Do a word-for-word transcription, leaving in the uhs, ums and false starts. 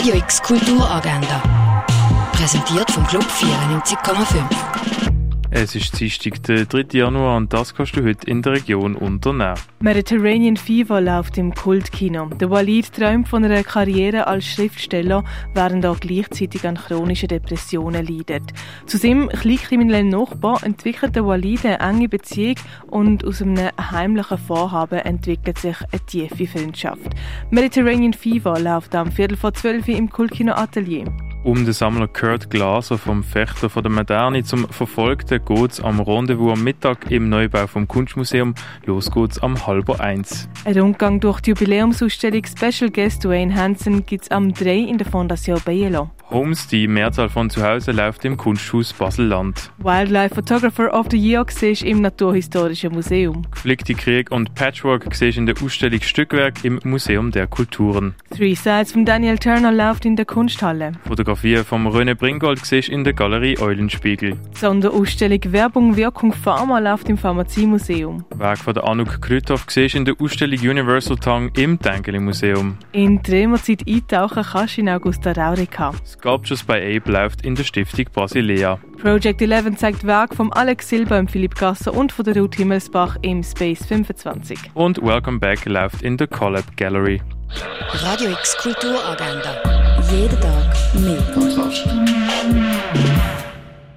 Radio X Kulturagenda. Präsentiert vom Club vierundneunzig Komma fünf. Es ist Dienstag, der dritte Januar, und das kannst du heute in der Region unternehmen. Mediterranean Fever läuft im Kultkino. Der Walid träumt von einer Karriere als Schriftsteller, während er gleichzeitig an chronischen Depressionen leidet. Zu seinem kleinkriminellen Nachbar entwickelt der Walid eine enge Beziehung und aus einem heimlichen Vorhaben entwickelt sich eine tiefe Freundschaft. Mediterranean Fever läuft am Viertel vor zwölf im Kultkino Atelier. Um den Sammler Kurt Glaser vom Fechter von der Moderne zum Verfolgten geht's am Rendezvous am Mittag im Neubau vom Kunstmuseum. Los geht's am halber eins. Ein Rundgang durch die Jubiläumsausstellung Special Guest Wayne Hansen gibt's am drei in der Fondation Bielo. Homes, die Mehrzahl von zu Hause, läuft im Kunsthaus Basel-Land. Wildlife Photographer of the Year siehst im Naturhistorischen Museum. Geflickte Krieg und Patchwork siehst in der Ausstellung Stückwerk im Museum der Kulturen. Three Sides von Daniel Turner läuft in der Kunsthalle. Fotografie vom René Bringold siehst in der Galerie Eulenspiegel. Die Sonderausstellung Werbung, Wirkung, Pharma läuft im Pharmaziemuseum. Werk von der Anouk Krüthoff siehst in der Ausstellung Universal Tongue im Tengeli Museum. In die Römerzeit eintauchen kannst du in Augusta Raurica. Sculptures by Abe läuft in der Stiftung Basilea. Project elf zeigt Werk von Alex Silber im Philipp Gasser und von der Ruth Himmelsbach im Space fünfundzwanzig. Und Welcome Back läuft in der Collab Gallery. Radio X Kulturagenda. Jeden Tag mehr.